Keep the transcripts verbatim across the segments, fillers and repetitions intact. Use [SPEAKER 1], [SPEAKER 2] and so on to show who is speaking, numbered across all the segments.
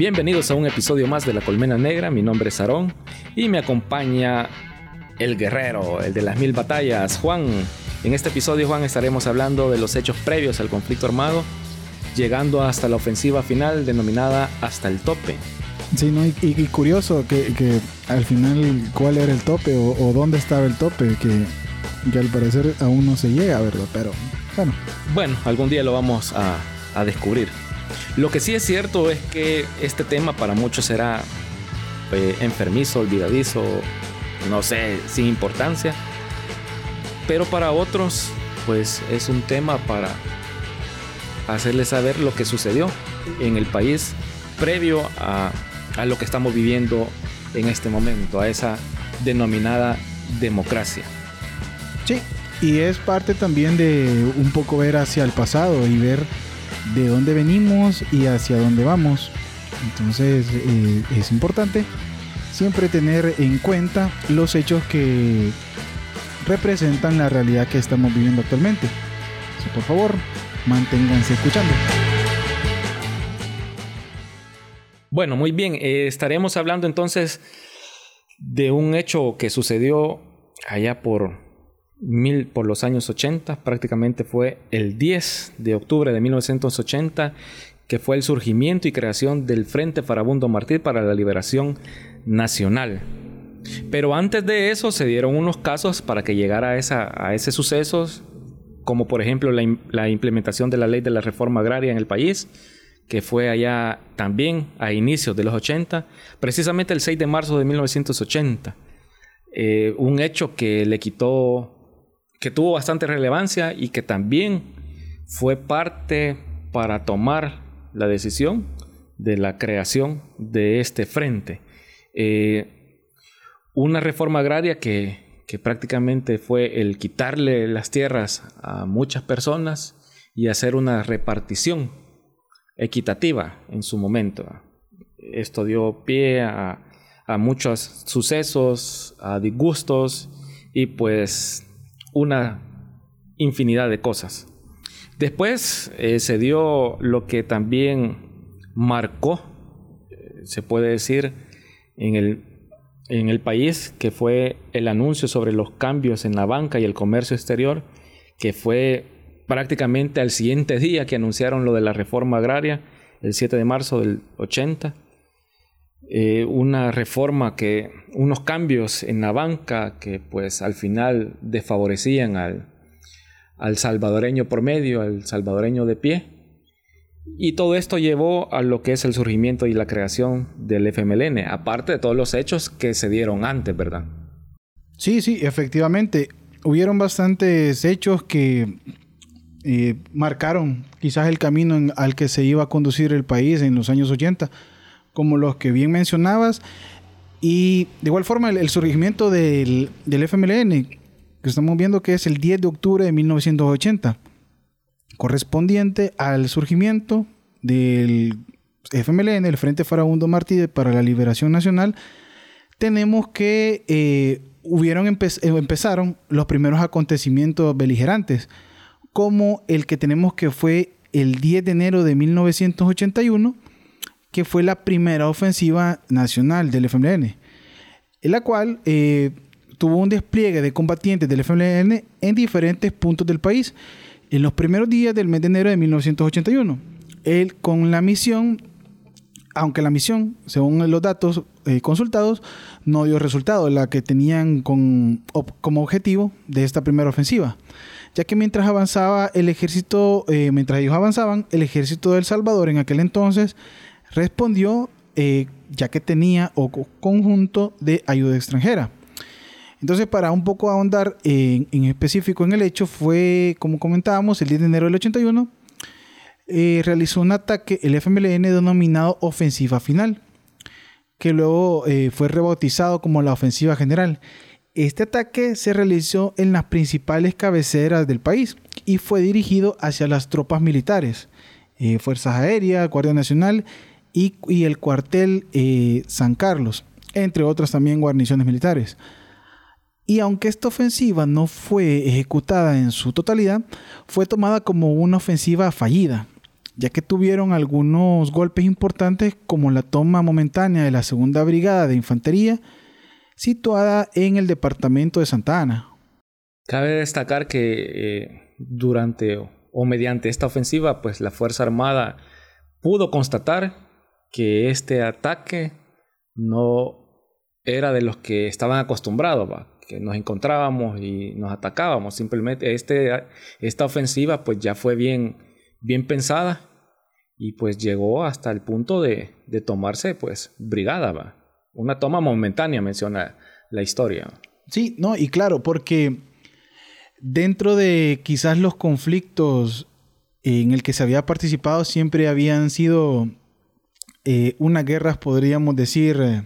[SPEAKER 1] Bienvenidos a un episodio más de La Colmena Negra. Mi nombre es Aarón y me acompaña el guerrero, el de las mil batallas, Juan. En este episodio, Juan, estaremos hablando de los hechos previos al conflicto armado, llegando hasta la ofensiva final denominada Hasta el Tope.
[SPEAKER 2] Sí, ¿no? y, y, y curioso que, que al final cuál era el tope o, o dónde estaba el tope, que, que al parecer aún no se llega, ¿verdad? Pero bueno.
[SPEAKER 1] Bueno, algún día lo vamos a, a descubrir. Lo que sí es cierto es que este tema para muchos será eh, enfermizo, olvidadizo, no sé, sin importancia. Pero para otros, pues es un tema para hacerles saber lo que sucedió en el país previo a, a lo que estamos viviendo en este momento, a esa denominada democracia.
[SPEAKER 2] Sí, y es parte también de un poco ver hacia el pasado y ver de dónde venimos y hacia dónde vamos. Entonces eh, es importante siempre tener en cuenta los hechos que representan la realidad que estamos viviendo actualmente. Así, por favor, manténganse escuchando.
[SPEAKER 1] Bueno, muy bien. Eh, estaremos hablando entonces de un hecho que sucedió allá por Mil, por los años ochenta, prácticamente fue el diez de octubre de mil novecientos ochenta, que fue el surgimiento y creación del Frente Farabundo Martí para la Liberación Nacional. Pero antes de eso se dieron unos casos para que llegara a, esa, a ese suceso, como por ejemplo la, la implementación de la ley de la reforma agraria en el país, que fue allá también a inicios de los ochenta, precisamente el seis de marzo de mil novecientos ochenta. Eh, un hecho que le quitó... que tuvo bastante relevancia y que también fue parte para tomar la decisión de la creación de este frente. Eh, una reforma agraria que, que prácticamente fue el quitarle las tierras a muchas personas y hacer una repartición equitativa en su momento. Esto dio pie a, a muchos sucesos, a disgustos y pues una infinidad de cosas. Después eh, se dio lo que también marcó, eh, se puede decir, en el, en el país, que fue el anuncio sobre los cambios en la banca y el comercio exterior, que fue prácticamente al siguiente día que anunciaron lo de la reforma agraria, el siete de marzo del ochenta. Eh, una reforma que, unos cambios en la banca que pues al final desfavorecían al, al salvadoreño promedio, al salvadoreño de pie. Y todo esto llevó a lo que es el surgimiento y la creación del F M L N, aparte de todos los hechos que se dieron antes, ¿verdad?
[SPEAKER 2] Sí, sí, efectivamente. Hubieron bastantes hechos que eh, marcaron quizás el camino en, al que se iba a conducir el país en los años ochenta. Como los que bien mencionabas, y de igual forma el, el surgimiento del, del F M L N, que estamos viendo que es el diez de octubre de mil novecientos ochenta, correspondiente al surgimiento del F M L N, el Frente Farabundo Martí para la Liberación Nacional. Tenemos que eh, hubieron empe- empezaron los primeros acontecimientos beligerantes, como el que tenemos que fue el diez de enero de mil novecientos ochenta y uno, que fue la primera ofensiva nacional del F M L N, en la cual eh, tuvo un despliegue de combatientes del F M L N en diferentes puntos del país en los primeros días del mes de enero de mil novecientos ochenta y uno. Él con la misión, aunque la misión, según los datos eh, consultados, no dio resultado, la que tenían con, ob, como objetivo de esta primera ofensiva, ya que mientras avanzaba el ejército, eh, mientras ellos avanzaban, el ejército de El Salvador en aquel entonces respondió eh, ya que tenía o conjunto de ayuda extranjera. Entonces, para un poco ahondar en, en específico en el hecho, fue, como comentábamos, el diez de enero del ochenta y uno, eh, realizó un ataque el F M L N denominado Ofensiva Final, que luego eh, fue rebautizado como la Ofensiva General. Este ataque se realizó en las principales cabeceras del país y fue dirigido hacia las tropas militares, eh, Fuerzas Aéreas, Guardia Nacional y, y el cuartel eh, San Carlos, entre otras también guarniciones militares. Y aunque esta ofensiva no fue ejecutada en su totalidad, fue tomada como una ofensiva fallida, ya que tuvieron algunos golpes importantes como la toma momentánea de la segunda Brigada de Infantería, situada en el departamento de Santa Ana.
[SPEAKER 1] Cabe destacar que eh, durante o mediante esta ofensiva, pues la Fuerza Armada pudo constatar que este ataque no era de los que estaban acostumbrados, ¿va? Que nos encontrábamos y nos atacábamos. Simplemente este, esta ofensiva pues ya fue bien, bien pensada y pues llegó hasta el punto de, de tomarse pues brigada, ¿va? Una toma momentánea, menciona la historia.
[SPEAKER 2] Sí, no, y claro, porque dentro de quizás los conflictos en el que se había participado siempre habían sido eh, unas guerras, podríamos decir, eh,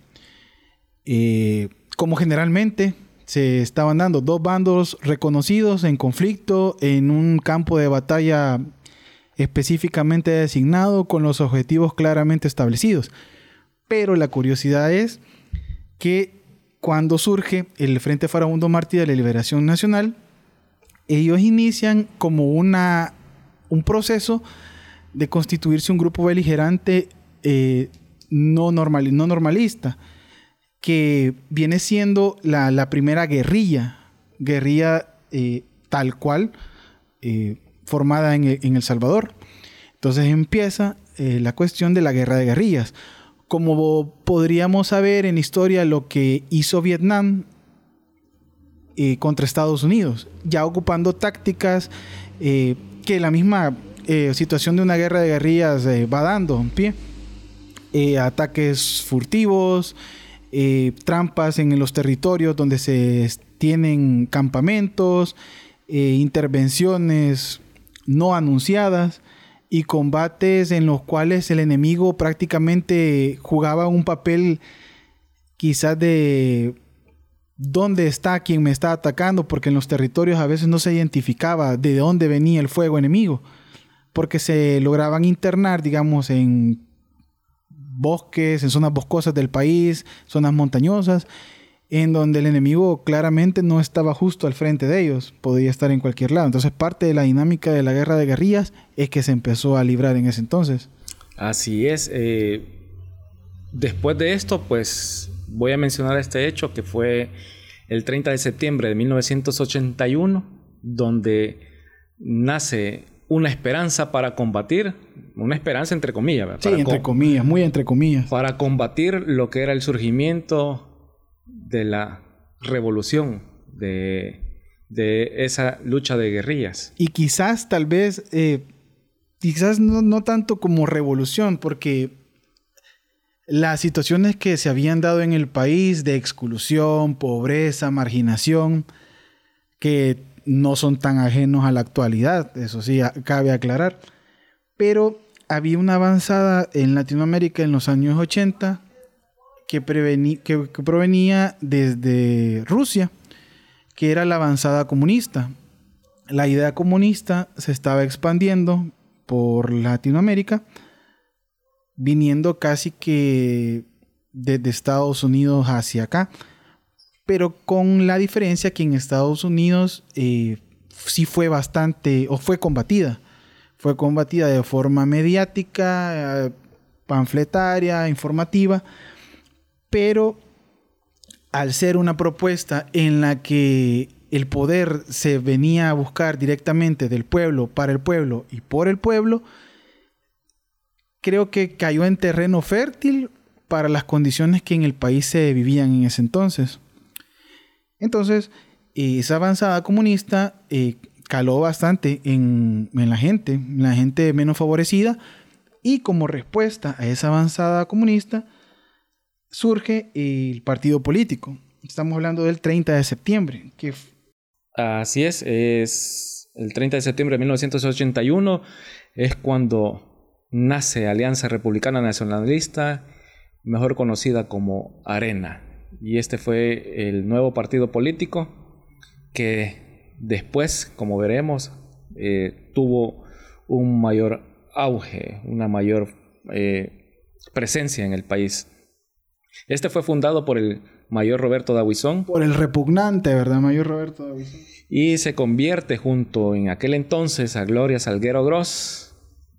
[SPEAKER 2] eh, como generalmente se estaban dando dos bandos reconocidos en conflicto en un campo de batalla específicamente designado con los objetivos claramente establecidos. Pero la curiosidad es que cuando surge el Frente Farabundo Martí de la Liberación Nacional, ellos inician como una, un proceso de constituirse un grupo beligerante eh, no, normal, no normalista, que viene siendo la, la primera guerrilla, guerrilla eh, tal cual, eh, formada en, en El Salvador. Entonces empieza eh, la cuestión de la guerra de guerrillas. Como podríamos saber en historia lo que hizo Vietnam eh, contra Estados Unidos, ya ocupando tácticas eh, que la misma eh, situación de una guerra de guerrillas eh, va dando en pie. Eh, ataques furtivos, eh, trampas en los territorios donde se tienen campamentos, eh, intervenciones no anunciadas y combates en los cuales el enemigo prácticamente jugaba un papel quizás de dónde está quien me está atacando, porque en los territorios a veces no se identificaba de dónde venía el fuego enemigo, porque se lograban internar, digamos, en bosques, en zonas boscosas del país, zonas montañosas, en donde el enemigo claramente no estaba justo al frente de ellos, podía estar en cualquier lado. Entonces parte de la dinámica de la guerra de guerrillas es que se empezó a librar en ese entonces.
[SPEAKER 1] Así es. Eh, después de esto, pues voy a mencionar este hecho que fue el treinta de septiembre de mil novecientos ochenta y uno, donde nace una esperanza para combatir, una esperanza entre comillas. ¿verdad?
[SPEAKER 2] Sí,
[SPEAKER 1] para
[SPEAKER 2] entre comillas, muy entre comillas.
[SPEAKER 1] Para combatir lo que era el surgimiento de la revolución, de, de esa lucha de guerrillas.
[SPEAKER 2] Y quizás, tal vez, eh, quizás no, no tanto como revolución, porque las situaciones que se habían dado en el país de exclusión, pobreza, marginación, que no son tan ajenos a la actualidad, eso sí, cabe aclarar, pero había una avanzada en Latinoamérica en los años ochenta que, prevení, que, que provenía desde Rusia, que era la avanzada comunista. La idea comunista se estaba expandiendo por Latinoamérica, viniendo casi que desde Estados Unidos hacia acá, pero con la diferencia que en Estados Unidos eh, sí fue bastante, o fue combatida, fue combatida de forma mediática, eh, panfletaria, informativa, pero al ser una propuesta en la que el poder se venía a buscar directamente del pueblo, para el pueblo y por el pueblo, creo que cayó en terreno fértil para las condiciones que en el país se vivían en ese entonces. Entonces, esa avanzada comunista eh, caló bastante en, en la gente, en la gente menos favorecida, y como respuesta a esa avanzada comunista surge el partido político. Estamos hablando del treinta de septiembre. Que...
[SPEAKER 1] Así es, es el treinta de septiembre de mil novecientos ochenta y uno, es cuando nace Alianza Republicana Nacionalista, mejor conocida como ARENA. Y este fue el nuevo partido político que después, como veremos, eh, tuvo un mayor auge, una mayor eh, presencia en el país. Este fue fundado por el mayor Roberto D'Aubuisson.
[SPEAKER 2] Por el repugnante, ¿verdad? Mayor Roberto D'Aubuisson.
[SPEAKER 1] Y se convierte junto en aquel entonces a Gloria Salguero Gross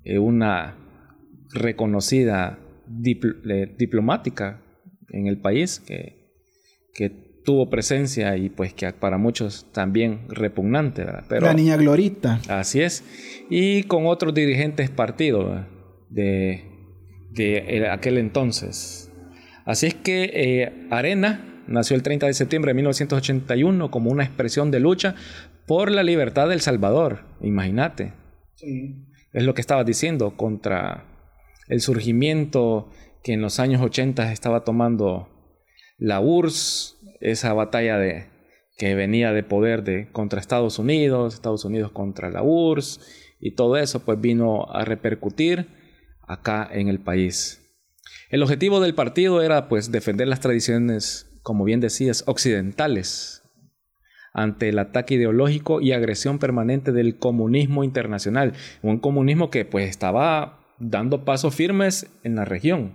[SPEAKER 1] eh, una reconocida dipl- eh, diplomática en el país que, que tuvo presencia y pues que para muchos también repugnante, ¿verdad? Pero,
[SPEAKER 2] la niña Glorita.
[SPEAKER 1] Así es. Y con otros dirigentes partidos de, de aquel entonces. Así es que eh, Arena nació el treinta de septiembre de mil novecientos ochenta y uno como una expresión de lucha por la libertad del Salvador. Imagínate.
[SPEAKER 2] Sí.
[SPEAKER 1] Es lo que estabas diciendo, contra el surgimiento que en los años ochenta estaba tomando la U R S S, esa batalla de, que venía de poder de, contra Estados Unidos, Estados Unidos contra la U R S S, y todo eso pues vino a repercutir acá en el país. El objetivo del partido era pues defender las tradiciones, como bien decías, occidentales ante el ataque ideológico y agresión permanente del comunismo internacional. Un comunismo que pues estaba dando pasos firmes en la región.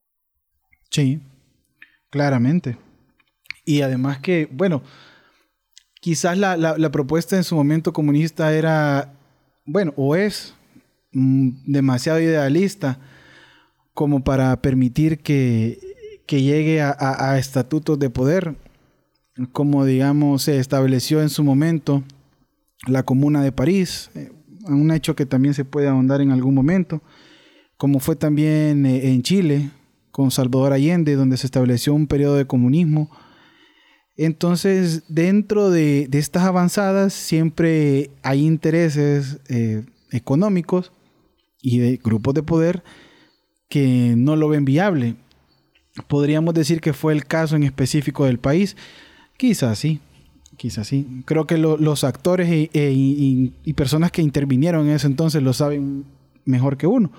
[SPEAKER 2] Sí, claramente. Y además que, bueno, quizás la, la, la propuesta en su momento comunista era, bueno, o es mm, demasiado idealista como para permitir que, que llegue a, a, a estatutos de poder, como digamos se estableció en su momento la Comuna de París, eh, un hecho que también se puede ahondar en algún momento, como fue también eh, en Chile con Salvador Allende, donde se estableció un periodo de comunismo. Entonces, dentro de, de estas avanzadas siempre hay intereses eh, económicos y de grupos de poder que no lo ven viable. Podríamos decir que fue el caso en específico del país. Quizás sí, quizás sí. Creo que lo, los actores y, e, y, y personas que intervinieron en ese entonces lo saben mejor que uno.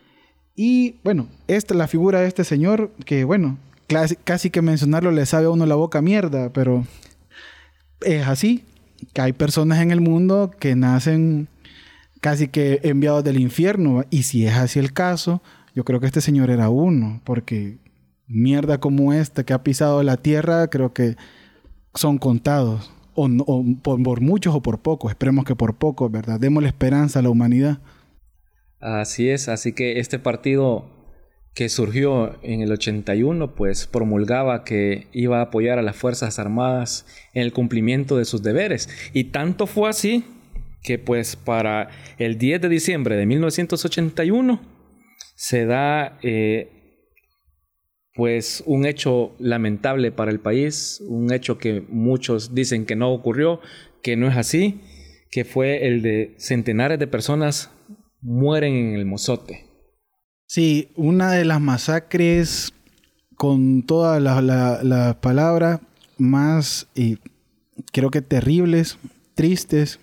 [SPEAKER 2] Y bueno, esta es la figura de este señor que, bueno, casi, casi que mencionarlo le sabe a uno la boca mierda, pero es así, que hay personas en el mundo que nacen casi que enviados del infierno. Y si es así el caso, yo creo que este señor era uno, porque mierda como esta que ha pisado la tierra, creo que son contados, o, o por, por muchos o por pocos. Esperemos que por pocos, ¿verdad? Démosle esperanza a la humanidad.
[SPEAKER 1] Así es, así que este partido que surgió en el ochenta y uno, pues promulgaba que iba a apoyar a las Fuerzas Armadas en el cumplimiento de sus deberes. Y tanto fue así que pues para el diez de diciembre de mil novecientos ochenta y uno se da eh, pues un hecho lamentable para el país, un hecho que muchos dicen que no ocurrió, que no es así, que fue el de centenares de personas mueren en el Mozote.
[SPEAKER 2] Sí, una de las masacres con todas las la, la palabras más, eh, creo que terribles, tristes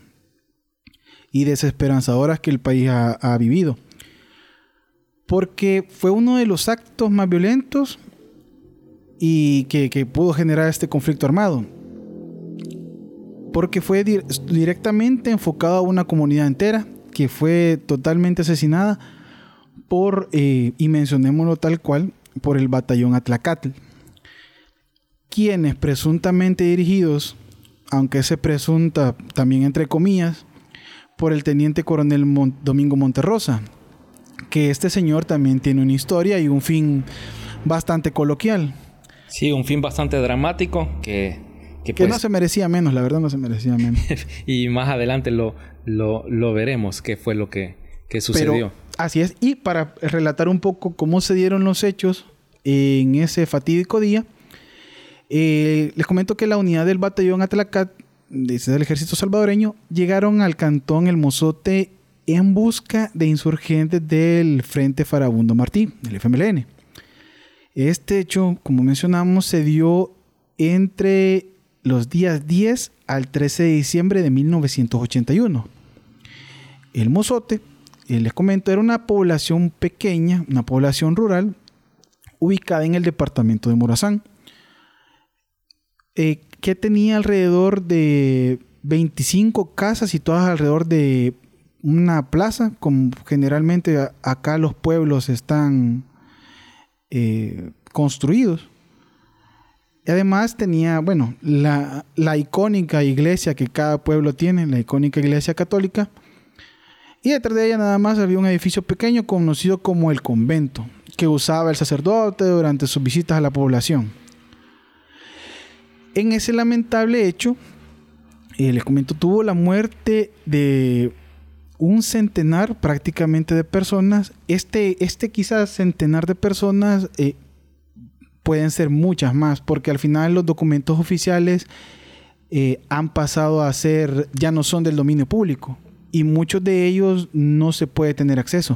[SPEAKER 2] y desesperanzadoras que el país ha, ha vivido. Porque fue uno de los actos más violentos y que, que pudo generar este conflicto armado. Porque fue di- directamente enfocado a una comunidad entera que fue totalmente asesinada por, eh, y mencionémoslo tal cual, por el batallón Atlacatl, quienes presuntamente dirigidos, aunque se presunta también entre comillas, por el teniente coronel Mon- Domingo Monterrosa, que este señor también tiene una historia y un fin bastante coloquial.
[SPEAKER 1] Sí, un fin bastante dramático que... Que,
[SPEAKER 2] que
[SPEAKER 1] pues,
[SPEAKER 2] no se merecía menos, la verdad no se merecía menos.
[SPEAKER 1] y más adelante lo, lo, lo veremos qué fue lo que, que sucedió.
[SPEAKER 2] Pero así es. Y para relatar un poco cómo se dieron los hechos en ese fatídico día, eh, les comento que la unidad del batallón Atlacatl del ejército salvadoreño llegaron al cantón El Mozote en busca de insurgentes del Frente Farabundo Martí, del F M L N. Este hecho, como mencionamos, se dio entre los días diez al trece de diciembre de mil novecientos ochenta y uno. El Mozote, eh, les comento, era una población pequeña, una población rural, ubicada en el departamento de Morazán, eh, que tenía alrededor de veinticinco casas situadas alrededor de una plaza, como generalmente a, acá los pueblos están eh, construidos. Y además tenía, bueno, la, la icónica iglesia que cada pueblo tiene, la icónica iglesia católica, Y detrás de ella nada más había un edificio pequeño conocido como el convento, que usaba el sacerdote durante sus visitas a la población. En ese lamentable hecho, el convento tuvo la muerte de un centenar prácticamente de personas. Este, este quizás centenar de personas eh, pueden ser muchas más, porque al final los documentos oficiales eh, han pasado a ser, ya no son del dominio público, y muchos de ellos no se puede tener acceso.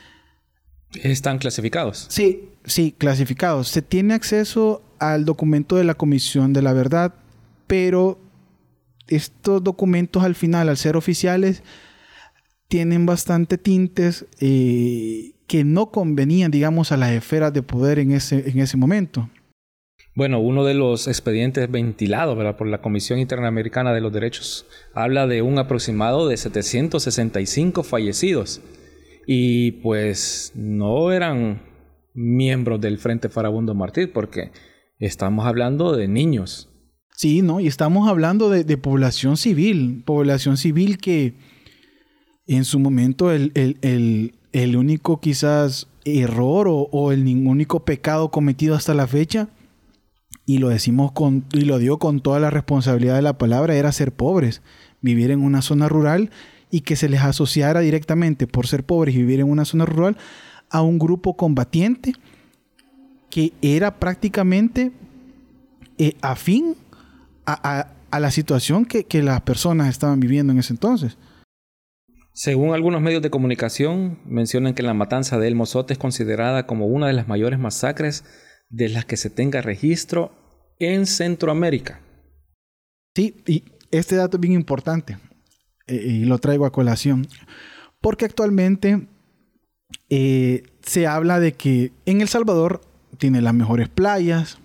[SPEAKER 1] ¿Están clasificados?
[SPEAKER 2] Sí, sí, clasificados. Se tiene acceso al documento de la Comisión de la Verdad, pero estos documentos al final, al ser oficiales, tienen bastante tintes eh, que no convenían, digamos, a las esferas de poder en ese, en ese momento.
[SPEAKER 1] Bueno, uno de los expedientes ventilados, ¿verdad?, por la Comisión Interamericana de los Derechos habla de un aproximado de setecientos sesenta y cinco fallecidos. Y pues no eran miembros del Frente Farabundo Martí, porque estamos hablando de niños.
[SPEAKER 2] Sí, ¿no? Y estamos hablando de, de población civil. Población civil que en su momento el, el, el, el único quizás error o, o el único pecado cometido hasta la fecha, y lo decimos con, y lo digo con toda la responsabilidad de la palabra, era ser pobres, vivir en una zona rural y que se les asociara directamente por ser pobres y vivir en una zona rural a un grupo combatiente que era prácticamente eh, afín a, a, a la situación que, que las personas estaban viviendo en ese entonces.
[SPEAKER 1] Según algunos medios de comunicación, mencionan que la matanza de El Mozote es considerada como una de las mayores masacres de las que se tenga registro en Centroamérica.
[SPEAKER 2] Sí, y este dato es bien importante, eh, y lo traigo a colación, porque actualmente eh, se habla de que en El Salvador tiene las mejores playas,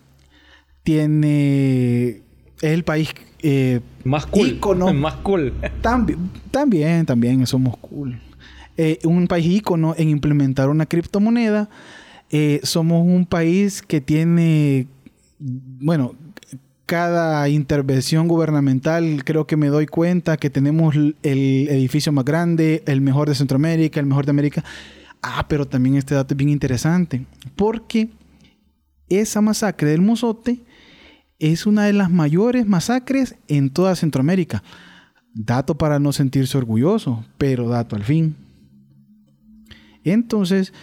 [SPEAKER 2] tiene... es el país eh,
[SPEAKER 1] más cool,
[SPEAKER 2] ícono.
[SPEAKER 1] Más cool.
[SPEAKER 2] También, también, también somos cool. Eh, un país ícono en implementar una criptomoneda. Eh, somos un país que tiene, bueno, cada intervención gubernamental, creo que me doy cuenta que tenemos el edificio más grande, el mejor de Centroamérica, el mejor de América. Ah, pero también este dato es bien interesante, porque esa masacre del Mozote es una de las mayores masacres en toda Centroamérica. Dato para no sentirse orgulloso, pero dato al fin. Entonces,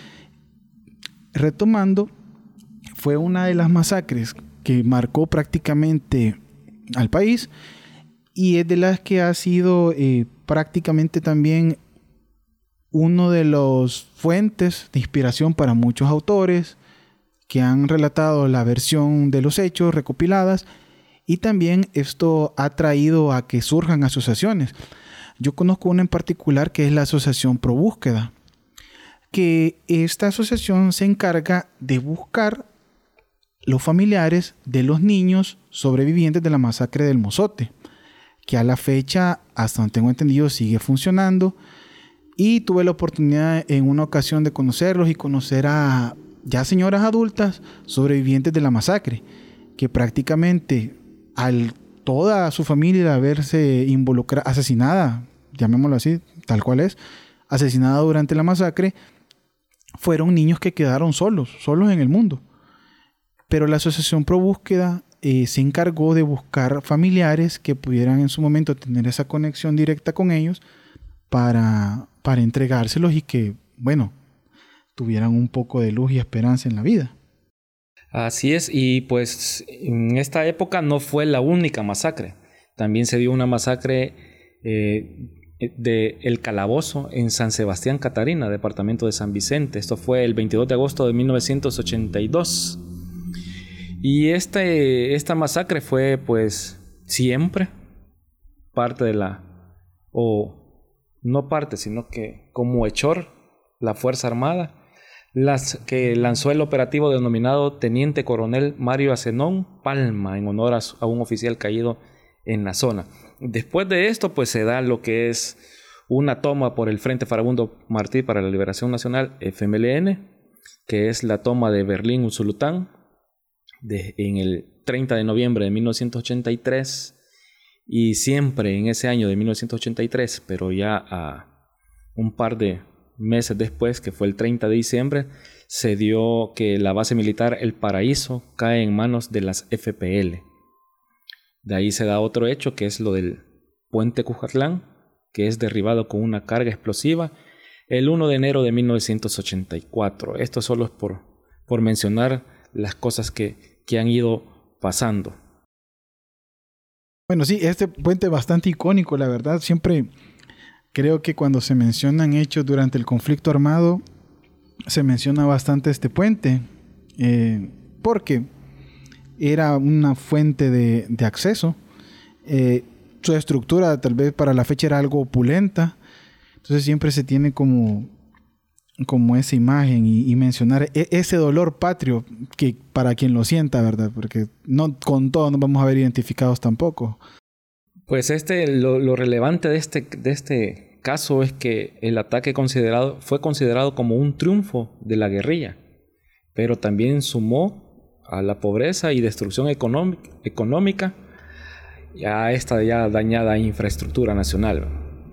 [SPEAKER 2] retomando, fue una de las masacres que marcó prácticamente al país y es de las que ha sido eh, prácticamente también uno de los fuentes de inspiración para muchos autores que han relatado la versión de los hechos recopiladas, y también esto ha traído a que surjan asociaciones. Yo conozco una en particular que es la Asociación Pro Búsqueda, que esta asociación se encarga de buscar los familiares de los niños sobrevivientes de la masacre del Mozote, que a la fecha, hasta donde tengo entendido, sigue funcionando, y tuve la oportunidad en una ocasión de conocerlos y conocer a ya señoras adultas sobrevivientes de la masacre, que prácticamente al toda su familia verse involucrada, asesinada, llamémoslo así, tal cual es, asesinada durante la masacre, fueron niños que quedaron solos, solos en el mundo. Pero la Asociación Pro Búsqueda eh, se encargó de buscar familiares que pudieran en su momento tener esa conexión directa con ellos para, para entregárselos y que, bueno, tuvieran un poco de luz y esperanza en la vida.
[SPEAKER 1] Así es, y pues en esta época no fue la única masacre. También se dio una masacre eh, de El Calabozo en San Sebastián, Catarina, departamento de San Vicente. Esto fue el veintidós de agosto de mil novecientos ochenta y dos. Y este, esta masacre fue pues siempre parte de la, o no parte, sino que como hechor, la Fuerza Armada, las que lanzó el operativo denominado Teniente Coronel Mario Azenón Palma en honor a, a un oficial caído en la zona. Después de esto pues se da lo que es una toma por el Frente Farabundo Martí para la Liberación Nacional, F M L N, que es la toma de Berlín Usulután de, en el treinta de noviembre de mil novecientos ochenta y tres, y siempre en ese año de mil novecientos ochenta y tres, pero ya a un par de meses después, que fue el treinta de diciembre, se dio que la base militar El Paraíso cae en manos de las F P L. De ahí se da otro hecho, que es lo del Puente Cujatlán, que es derribado con una carga explosiva el primero de enero de mil novecientos ochenta y cuatro. Esto solo es por, por mencionar las cosas que, que han ido pasando.
[SPEAKER 2] Bueno, sí, este puente es bastante icónico, la verdad. Siempre creo que cuando se mencionan hechos durante el conflicto armado, se menciona bastante este puente, eh, porque era una fuente de, de acceso. Eh, su estructura tal vez para la fecha era algo opulenta. Entonces siempre se tiene como, como esa imagen y, y mencionar e- ese dolor patrio que para quien lo sienta, ¿verdad? Porque no con todo nos vamos a ver identificados tampoco.
[SPEAKER 1] Pues este, lo, lo relevante de este, de este caso es que el ataque considerado, fue considerado como un triunfo de la guerrilla, pero también sumó a la pobreza y destrucción económica, económica y a esta ya dañada infraestructura nacional.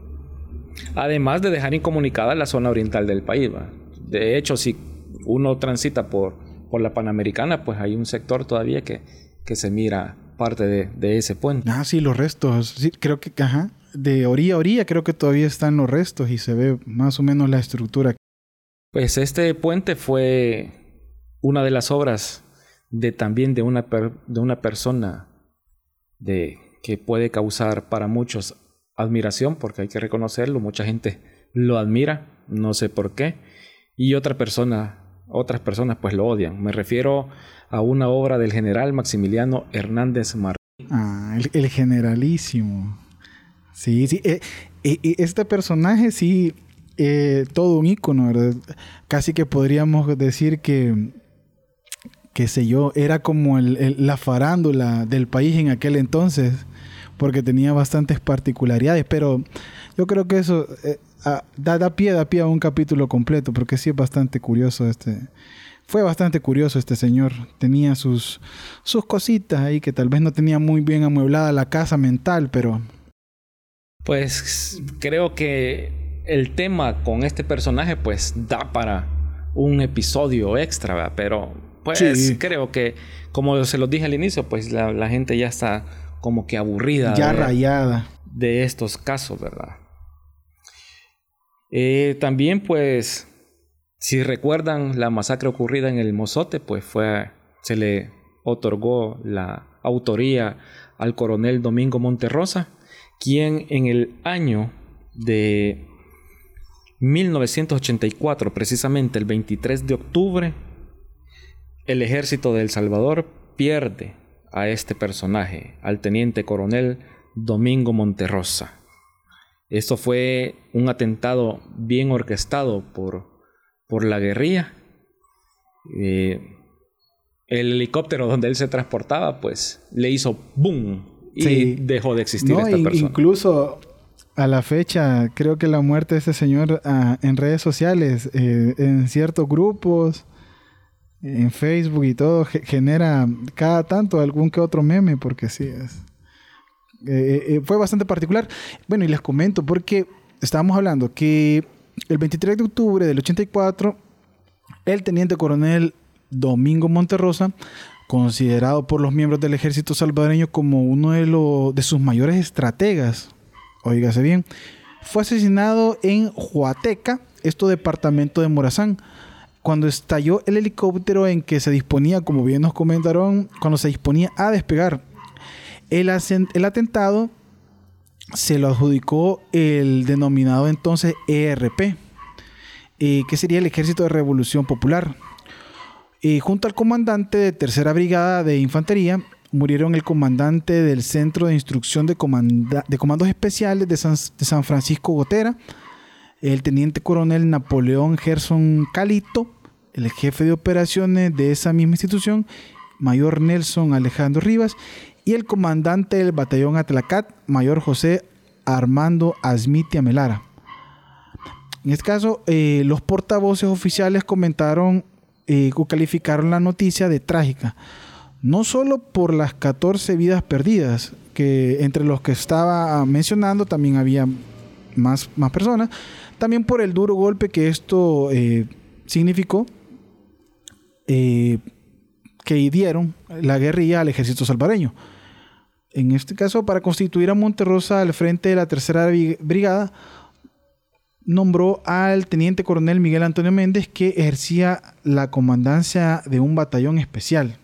[SPEAKER 1] Además de dejar incomunicada la zona oriental del país, ¿va? De hecho, si uno transita por, por la Panamericana, pues hay un sector todavía que, que se mira parte de, de ese puente.
[SPEAKER 2] Ah, sí, los restos. Sí, creo que, ajá, de orilla a orilla creo que todavía están los restos y se ve más o menos la estructura.
[SPEAKER 1] Pues este puente fue una de las obras de también de una, per, de una persona de, que puede causar para muchos admiración, porque hay que reconocerlo, mucha gente lo admira, no sé por qué, y otra persona, otras personas pues lo odian. Me refiero a una obra del general Maximiliano Hernández Martín.
[SPEAKER 2] Ah, el, el generalísimo. Sí, sí. Eh, eh, este personaje sí, eh, todo un ícono, ¿verdad? Casi que podríamos decir que, qué sé yo, era como el, el, la farándula del país en aquel entonces, porque tenía bastantes particularidades, pero yo creo que eso eh, a, da, da pie, da pie a un capítulo completo, porque sí es bastante curioso este... Fue bastante curioso este señor. Tenía sus, sus cositas ahí que tal vez no tenía muy bien amueblada la casa mental, pero...
[SPEAKER 1] Pues creo que el tema con este personaje pues da para un episodio extra, ¿verdad? Pero pues sí, creo que, como se los dije al inicio, pues la, la gente ya está como que aburrida.
[SPEAKER 2] Ya
[SPEAKER 1] de,
[SPEAKER 2] rayada.
[SPEAKER 1] De estos casos, ¿verdad? Eh, también pues... Si recuerdan la masacre ocurrida en el Mozote, pues fue, se le otorgó la autoría al coronel Domingo Monterrosa, quien en el año de mil novecientos ochenta y cuatro, precisamente el veintitrés de octubre, el ejército de El Salvador pierde a este personaje, al teniente coronel Domingo Monterrosa. Esto fue un atentado bien orquestado por por la guerrilla. Eh, el helicóptero donde él se transportaba pues le hizo boom y sí, dejó de existir
[SPEAKER 2] no,
[SPEAKER 1] esta persona.
[SPEAKER 2] Incluso a la fecha creo que la muerte de este señor uh, en redes sociales, eh, en ciertos grupos, en Facebook y todo, genera cada tanto algún que otro meme, porque sí es eh, eh, fue bastante particular. Bueno, y les comento porque estábamos hablando que el veintitrés de octubre del ochenta y cuatro, el teniente coronel Domingo Monterrosa, considerado por los miembros del ejército salvadoreño como uno de, los, de sus mayores estrategas, óigase bien, fue asesinado en Huateca, esto departamento de Morazán, cuando estalló el helicóptero en que se disponía, como bien nos comentaron, cuando se disponía a despegar. El, el atentado se lo adjudicó el denominado entonces E R P, eh, que sería el Ejército de Revolución Popular. Eh, junto al comandante de Tercera Brigada de Infantería, murieron el comandante del Centro de Instrucción de, Comanda de Comandos Especiales de San, de San Francisco Gotera, el teniente coronel Napoleón Gerson Calito, el jefe de operaciones de esa misma institución, mayor Nelson Alejandro Rivas, y el comandante del batallón Atlacat, mayor José Armando Asmitia Melara. En este caso, eh, los portavoces oficiales comentaron eh, o calificaron la noticia de trágica, no solo por las catorce vidas perdidas, que entre los que estaba mencionando también había más, más personas, También por el duro golpe que esto eh, significó eh, que dieron la guerrilla al ejército salvadoreño. En este caso, para constituir a Monterrosa al frente de la tercera brigada, nombró al teniente coronel Miguel Antonio Méndez, que ejercía la comandancia de un batallón especial.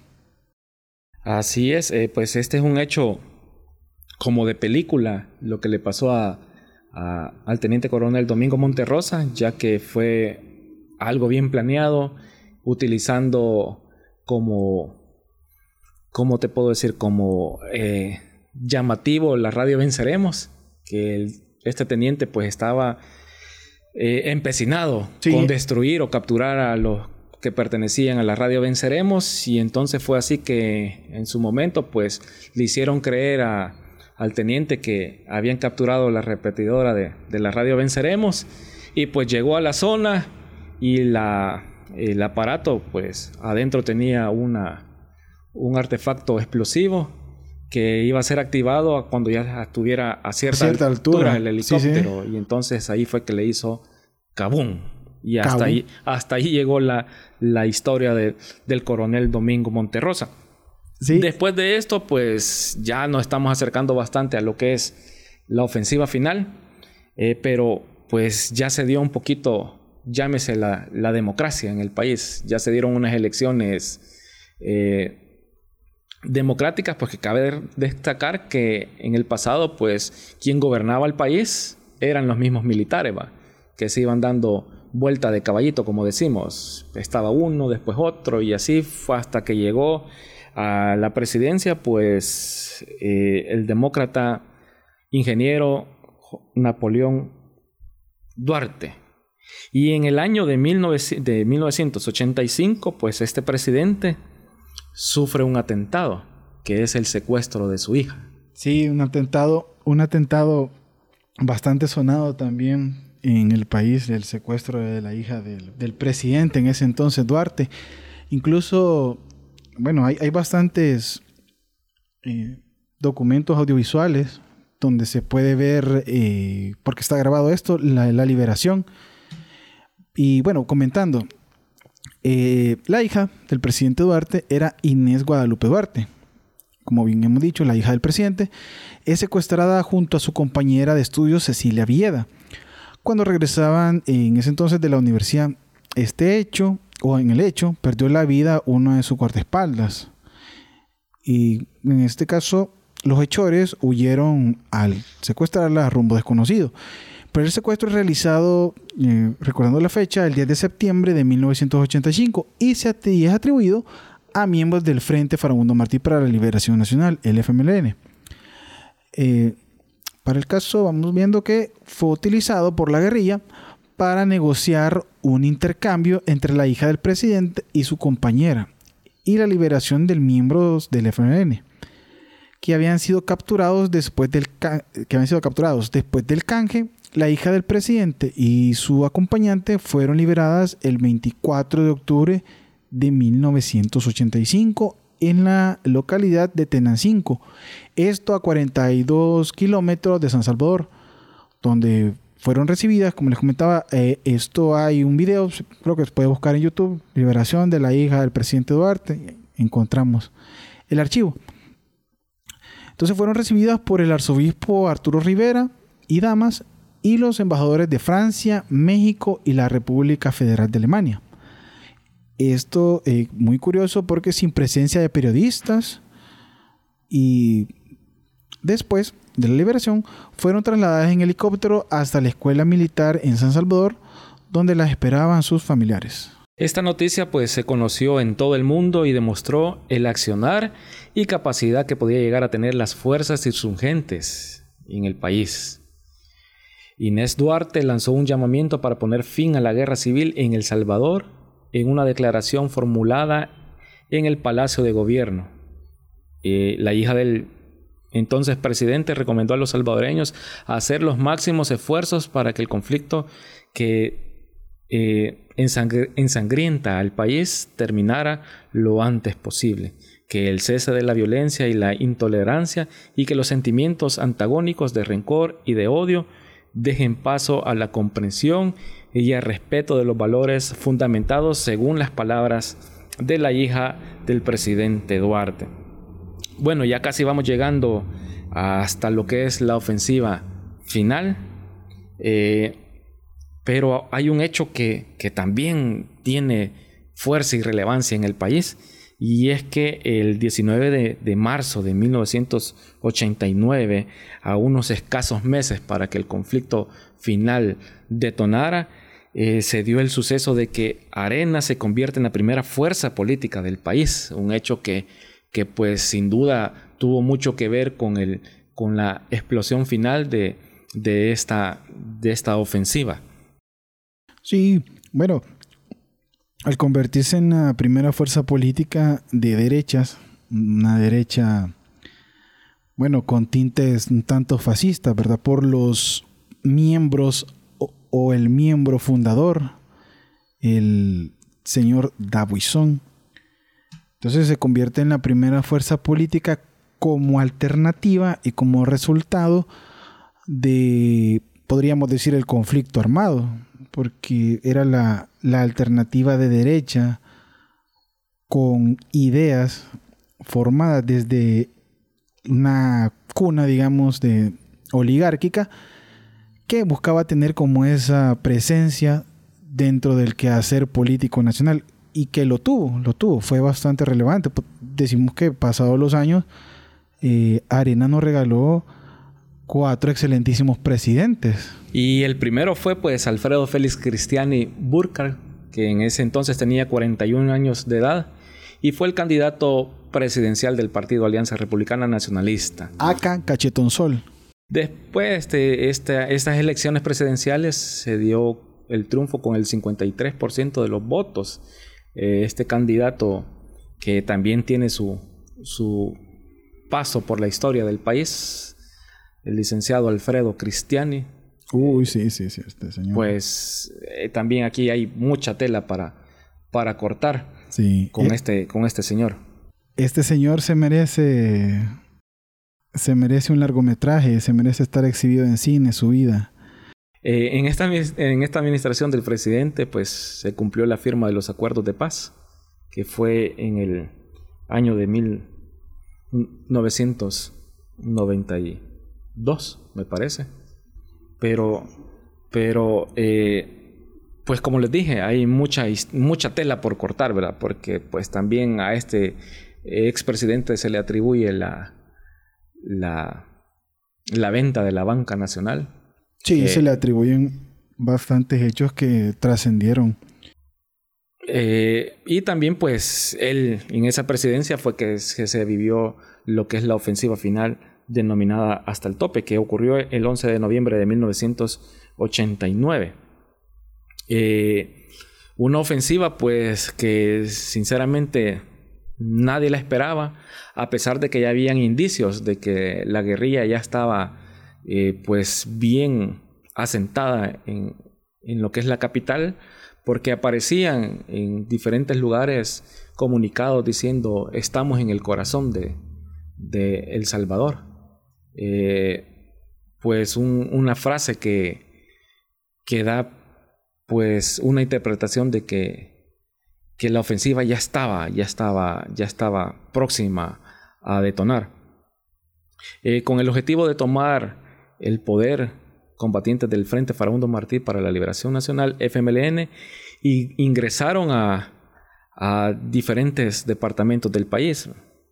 [SPEAKER 1] Así es, eh, pues este es un hecho como de película, lo que le pasó a, a, al teniente coronel Domingo Monterrosa, ya que fue algo bien planeado, utilizando como, ¿cómo te puedo decir? Como eh, llamativo la radio Venceremos, que el, este teniente pues estaba eh, empecinado sí. con destruir o capturar a los que pertenecían a la radio Venceremos, y entonces fue así que en su momento pues le hicieron creer a, al teniente que habían capturado la repetidora de, de la radio Venceremos, y pues llegó a la zona y la, el aparato pues adentro tenía una, un artefacto explosivo que iba a ser activado cuando ya estuviera a cierta, a cierta altura, altura el helicóptero, sí, sí. Y entonces ahí fue que le hizo kabum. Y hasta ahí, hasta ahí llegó la, la historia de, del coronel Domingo Monterrosa. ¿Sí? Después de esto, pues ya nos estamos acercando bastante a lo que es la ofensiva final. Eh, pero pues ya se dio un poquito, llámese la, la democracia en el país. Ya se dieron unas elecciones eh, democráticas, pues que cabe destacar que en el pasado, pues quien gobernaba el país eran los mismos militares, ¿va? Que se iban dando vuelta de caballito, como decimos. Estaba uno, después otro, y así fue hasta que llegó a la presidencia, pues eh, el demócrata ingeniero Napoleón Duarte. Y en el año de, mil novecientos ochenta y cinco, pues este presidente sufre un atentado, que es el secuestro de su hija.
[SPEAKER 2] Sí, un atentado, un atentado bastante sonado también en el país, el secuestro de la hija del, del presidente en ese entonces, Duarte. Incluso, bueno, hay, hay bastantes eh, documentos audiovisuales donde se puede ver, eh, porque está grabado esto, la, la liberación. Y bueno, comentando, eh, la hija del presidente Duarte era Inés Guadalupe Duarte. Como bien hemos dicho, la hija del presidente es secuestrada junto a su compañera de estudios Cecilia Villeda. Cuando regresaban en ese entonces de la universidad, este hecho, o en el hecho, perdió la vida uno de sus guardaespaldas. Y en este caso, los hechores huyeron al secuestrarla a rumbo desconocido. Pero el secuestro es realizado, eh, recordando la fecha, el diez de septiembre de mil novecientos ochenta y cinco, y se y es atribuido a miembros del Frente Farabundo Martí para la Liberación Nacional, el F M L N. Eh, Para el caso, vamos viendo que fue utilizado por la guerrilla para negociar un intercambio entre la hija del presidente y su compañera, y la liberación de miembros del F M L N que habían sido capturados después del que habían sido capturados después del canje. La hija del presidente y su acompañante fueron liberadas el veinticuatro de octubre de mil novecientos ochenta y cinco en la localidad de Tenancingo, esto a cuarenta y dos kilómetros de San Salvador, donde fueron recibidas, como les comentaba, eh, esto hay un video, creo que se puede buscar en YouTube, liberación de la hija del presidente Duarte, encontramos el archivo. Entonces fueron recibidas por el arzobispo Arturo Rivera y Damas y los embajadores de Francia, México y la República Federal de Alemania. Esto es eh, muy curioso porque sin presencia de periodistas, y después de la liberación fueron trasladadas en helicóptero hasta la escuela militar en San Salvador, donde las esperaban sus familiares.
[SPEAKER 1] Esta noticia pues se conoció en todo el mundo y demostró el accionar y capacidad que podía llegar a tener las fuerzas insurgentes en el país. Inés Duarte lanzó un llamamiento para poner fin a la guerra civil en El Salvador en una declaración formulada en el Palacio de Gobierno. Eh, la hija del entonces presidente recomendó a los salvadoreños hacer los máximos esfuerzos para que el conflicto que eh, ensangri- ensangrienta al país terminara lo antes posible, que el cese de la violencia y la intolerancia y que los sentimientos antagónicos de rencor y de odio dejen paso a la comprensión y al respeto de los valores fundamentados según las palabras de la hija del presidente Duarte. Bueno, ya casi vamos llegando hasta lo que es la ofensiva final, eh, pero hay un hecho que, que también tiene fuerza y relevancia en el país, y es que el diecinueve de, de marzo de mil novecientos ochenta y nueve, a unos escasos meses para que el conflicto final detonara, eh, se dio el suceso de que Arenas se convierte en la primera fuerza política del país, un hecho que, que pues sin duda tuvo mucho que ver con, el, con la explosión final de, de, esta, de esta ofensiva.
[SPEAKER 2] Sí, bueno, al convertirse en la primera fuerza política de derechas, una derecha, bueno, con tintes un tanto fascistas, ¿verdad? Por los miembros o, o el miembro fundador, el señor D'Aubuisson. Entonces se convierte en la primera fuerza política como alternativa y como resultado de, podríamos decir, el conflicto armado, porque era la, la alternativa de derecha con ideas formadas desde una cuna, digamos, de oligárquica, que buscaba tener como esa presencia dentro del quehacer político nacional, y que lo tuvo, lo tuvo, fue bastante relevante. Decimos que pasados los años, eh, Arenas nos regaló cuatro excelentísimos presidentes.
[SPEAKER 1] Y el primero fue pues Alfredo Félix Cristiani Burckhardt, que en ese entonces tenía cuarenta y un años de edad y fue el candidato presidencial del Partido Alianza Republicana Nacionalista.
[SPEAKER 2] Acá Cachetonzol.
[SPEAKER 1] Después de esta, estas elecciones presidenciales se dio el triunfo con el cincuenta y tres por ciento de los votos. Eh, este candidato, que también tiene su, su paso por la historia del país, el licenciado Alfredo Cristiani.
[SPEAKER 2] Uy, sí, sí, sí, este señor.
[SPEAKER 1] Pues eh, también aquí hay mucha tela para, para cortar
[SPEAKER 2] sí.
[SPEAKER 1] con,
[SPEAKER 2] eh,
[SPEAKER 1] este, con este señor.
[SPEAKER 2] Este señor se merece, se merece un largometraje, se merece estar exhibido en cine, su vida.
[SPEAKER 1] Eh, en, esta, en esta administración del presidente, pues se cumplió la firma de los acuerdos de paz, que fue en el año de mil novecientos noventa y dos, me parece. Pero, pero eh, pues como les dije, hay mucha, mucha tela por cortar, ¿verdad? Porque pues también a este expresidente se le atribuye la, la, la venta de la banca nacional.
[SPEAKER 2] Sí,
[SPEAKER 1] que,
[SPEAKER 2] se le atribuyen bastantes hechos que trascendieron.
[SPEAKER 1] Eh, y también pues él en esa presidencia fue que, que se vivió lo que es la ofensiva final denominada Hasta el Tope, que ocurrió el once de noviembre de mil novecientos ochenta y nueve. Eh, una ofensiva pues que sinceramente nadie la esperaba, a pesar de que ya habían indicios de que la guerrilla ya estaba eh, pues bien asentada en, en lo que es la capital, porque aparecían en diferentes lugares comunicados diciendo estamos en el corazón de, de El Salvador. Eh, pues un, una frase que, que da pues una interpretación de que, que la ofensiva ya estaba, ya estaba, ya estaba próxima a detonar. Eh, con el objetivo de tomar el poder, combatientes del Frente Farabundo Martí para la Liberación Nacional, F M L N, y ingresaron a, a diferentes departamentos del país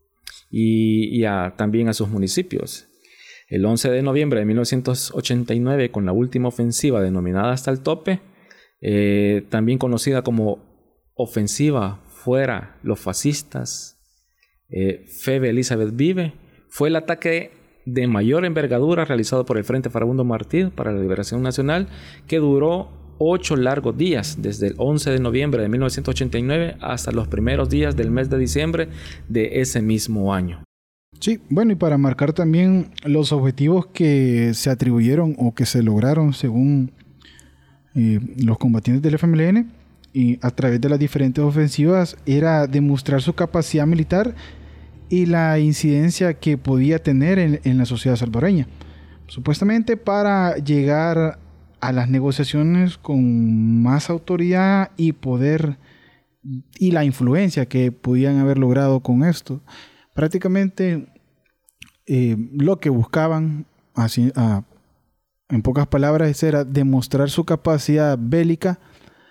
[SPEAKER 1] y, y a, también a sus municipios. El once de noviembre de mil novecientos ochenta y nueve, con la última ofensiva denominada Hasta el Tope, eh, también conocida como Ofensiva Fuera los Fascistas, eh, Febe Elizabeth Vive, fue el ataque de mayor envergadura realizado por el Frente Farabundo Martí para la Liberación Nacional, que duró ocho largos días, desde el once de noviembre de mil novecientos ochenta y nueve hasta los primeros días del mes de diciembre de ese mismo año.
[SPEAKER 2] Sí, bueno, y para marcar también los objetivos que se atribuyeron o que se lograron según eh, los combatientes del F M L N y a través de las diferentes ofensivas, era demostrar su capacidad militar y la incidencia que podía tener en, en la sociedad salvadoreña. supuestamente para llegar a las negociaciones con más autoridad y poder y la influencia que podían haber logrado con esto. Prácticamente eh, lo que buscaban, así, ah, en pocas palabras, era demostrar su capacidad bélica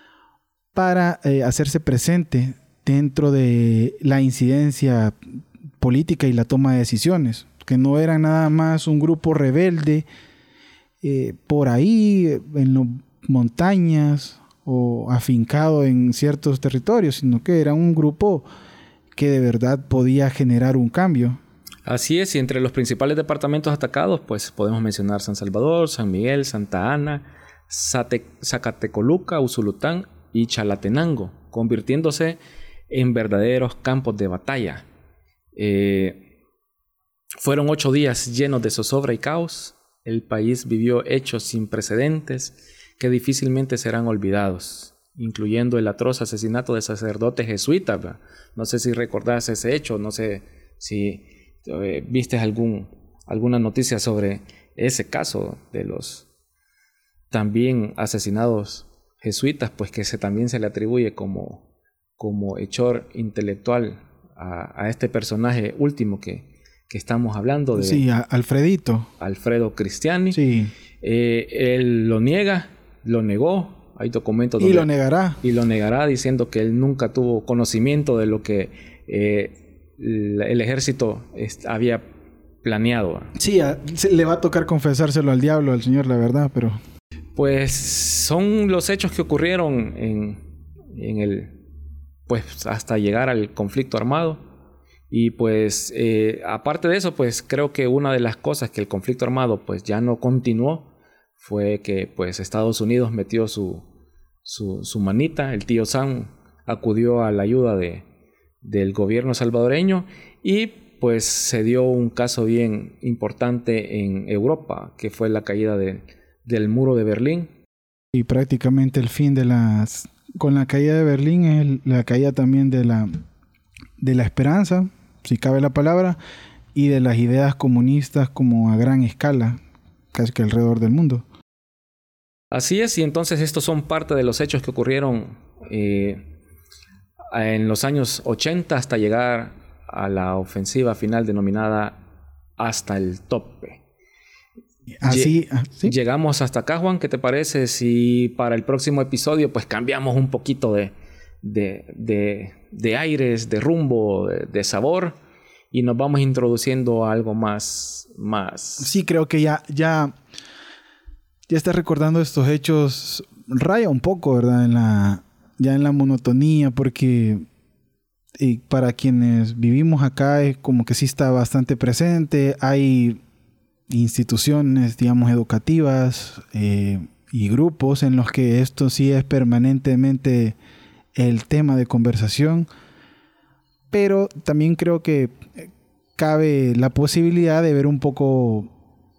[SPEAKER 2] para eh, hacerse presente dentro de la incidencia política y la toma de decisiones, que no era nada más un grupo rebelde eh, por ahí en las montañas o afincado en ciertos territorios, sino que era un grupo que de verdad podía generar un cambio.
[SPEAKER 1] Así es, y entre los principales departamentos atacados, pues podemos mencionar San Salvador, San Miguel, Santa Ana, Zate- Zacatecoluca, Usulután y Chalatenango, convirtiéndose en verdaderos campos de batalla. Eh, fueron ocho días llenos de zozobra y caos. El país vivió hechos sin precedentes que difícilmente serán olvidados, incluyendo el atroz asesinato de sacerdotes jesuitas. ¿Verdad? No sé si recordás ese hecho, no sé si eh, viste algún, alguna noticia sobre ese caso de los también asesinados jesuitas, pues que se, también se le atribuye como, como hechor intelectual a, a este personaje último que, que estamos hablando. De
[SPEAKER 2] sí, a Alfredito.
[SPEAKER 1] Alfredo Cristiani.
[SPEAKER 2] Sí.
[SPEAKER 1] Eh, él lo niega, lo negó. Hay documentos
[SPEAKER 2] donde, y lo negará.
[SPEAKER 1] Y lo negará diciendo que él nunca tuvo conocimiento de lo que eh, el ejército había planeado.
[SPEAKER 2] Sí, a, le va a tocar confesárselo al diablo, al señor, la verdad, pero...
[SPEAKER 1] Pues son los hechos que ocurrieron en, en el... Pues hasta llegar al conflicto armado. Y pues eh, aparte de eso, pues creo que una de las cosas que el conflicto armado pues ya no continuó fue que pues Estados Unidos metió su, su, su manita. El tío Sam acudió a la ayuda de, del gobierno salvadoreño y pues se dio un caso bien importante en Europa, que fue la caída de, del muro de Berlín.
[SPEAKER 2] Y prácticamente el fin de las... Con la caída de Berlín es el, la caída también de la, de la esperanza, si cabe la palabra, y de las ideas comunistas como a gran escala, casi que alrededor del mundo.
[SPEAKER 1] Así es, y entonces estos son parte de los hechos que ocurrieron eh, en los años ochenta hasta llegar a la ofensiva final denominada Hasta el Tope.
[SPEAKER 2] Así,
[SPEAKER 1] Lle-
[SPEAKER 2] ¿sí?
[SPEAKER 1] Llegamos hasta acá, Juan. ¿Qué te parece si para el próximo episodio pues cambiamos un poquito de, de, de, de aires, de rumbo, de, de sabor y nos vamos introduciendo a algo más, más...
[SPEAKER 2] Sí, creo que ya, ya, ya estás recordando estos hechos, raya un poco, ¿verdad? En la, ya en la monotonía, porque y para quienes vivimos acá es como que sí está bastante presente. Hay instituciones, digamos, educativas eh, y grupos en los que esto sí es permanentemente el tema de conversación, pero también creo que cabe la posibilidad de ver un poco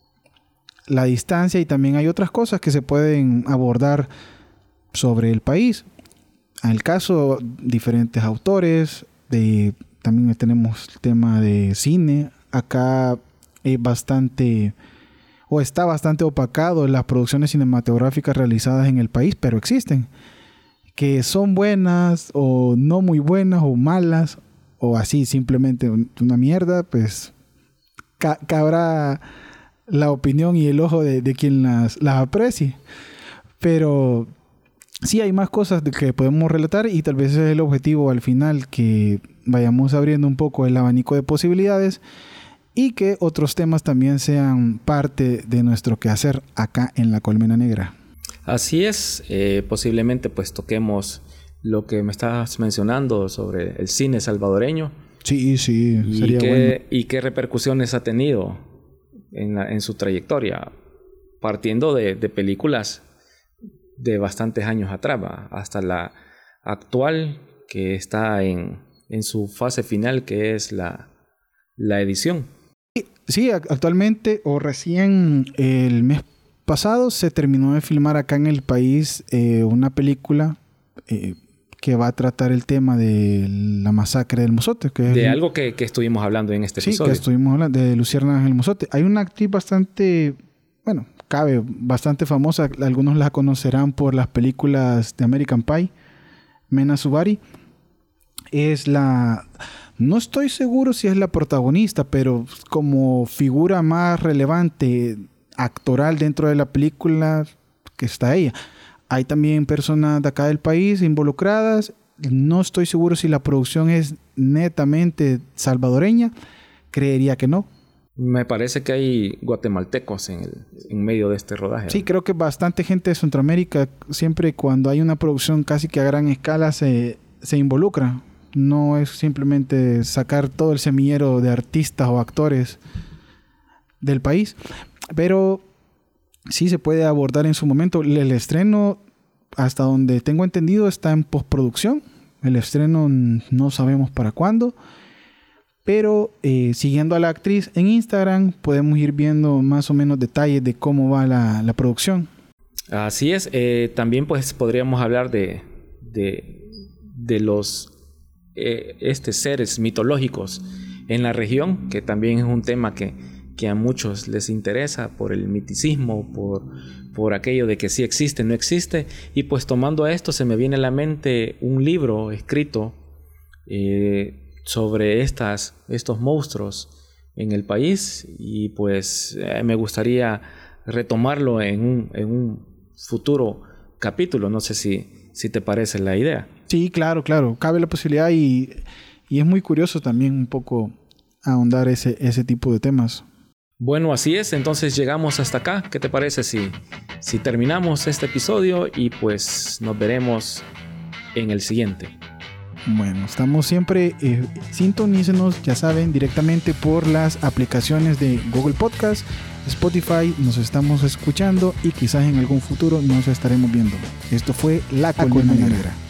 [SPEAKER 2] la distancia y también hay otras cosas que se pueden abordar sobre el país. En el caso, diferentes autores, de, también tenemos el tema de cine. Acá es bastante o está bastante opacado en las producciones cinematográficas realizadas en el país, pero existen, que son buenas o no muy buenas o malas o así simplemente una mierda, pues ca- cabrá la opinión y el ojo de, de quien las, las aprecie. Pero sí hay más cosas de que podemos relatar y tal vez ese es el objetivo al final, que vayamos abriendo un poco el abanico de posibilidades y que otros temas también sean parte de nuestro quehacer acá en La Colmena Negra.
[SPEAKER 1] Así es, eh, posiblemente pues toquemos lo que me estabas mencionando sobre el cine salvadoreño.
[SPEAKER 2] Sí, sí,
[SPEAKER 1] y
[SPEAKER 2] sería
[SPEAKER 1] qué,
[SPEAKER 2] bueno.
[SPEAKER 1] Y qué repercusiones ha tenido en, la, en su trayectoria, partiendo de, de películas de bastantes años atrás, ¿va? Hasta la actual, que está en, en su fase final, que es la, la edición.
[SPEAKER 2] Sí, actualmente o recién el mes pasado se terminó de filmar acá en el país eh, una película eh, que va a tratar el tema de la masacre del Mozote. Que
[SPEAKER 1] de
[SPEAKER 2] es
[SPEAKER 1] algo que, que estuvimos hablando en este
[SPEAKER 2] sí,
[SPEAKER 1] episodio.
[SPEAKER 2] Sí, que estuvimos hablando de Luciérnagas del Mozote. Hay una actriz bastante bueno, cabe, bastante famosa. Algunos la conocerán por las películas de American Pie. Mena Suvari es la... No estoy seguro si es la protagonista, pero como figura más relevante actoral dentro de la película que está ella. Hay también personas de acá del país involucradas. No estoy seguro si la producción es netamente salvadoreña. Creería que no.
[SPEAKER 1] Me parece que hay guatemaltecos en, el, en medio de este rodaje.
[SPEAKER 2] Sí, creo que bastante gente de Centroamérica, siempre cuando hay una producción casi que a gran escala, se, se involucra. No es simplemente sacar todo el semillero de artistas o actores del país. Pero sí se puede abordar en su momento. El estreno, hasta donde tengo entendido, está en postproducción. El estreno no sabemos para cuándo. Pero eh, siguiendo a la actriz en Instagram, podemos ir viendo más o menos detalles de cómo va la, la producción.
[SPEAKER 1] Así es. Eh, también pues podríamos hablar de, de, de los eh, este, seres mitológicos en la región, que también es un tema que, que a muchos les interesa por el miticismo, por, por aquello de que sí existe, no existe. Y pues tomando a esto se me viene a la mente un libro escrito eh, sobre estas, estos monstruos en el país, y pues eh, me gustaría retomarlo en un, en un futuro capítulo. No sé si, si te parece la idea.
[SPEAKER 2] Sí, claro, claro. Cabe la posibilidad y, y es muy curioso también un poco ahondar ese, ese tipo de temas.
[SPEAKER 1] Bueno, así es. Entonces llegamos hasta acá. ¿Qué te parece si, si terminamos este episodio y pues nos veremos en el siguiente?
[SPEAKER 2] Bueno, estamos siempre, eh, sintonícenos, ya saben, directamente por las aplicaciones de Google Podcast, Spotify, nos estamos escuchando y quizás en algún futuro nos estaremos viendo. Esto fue La Colmena Negra.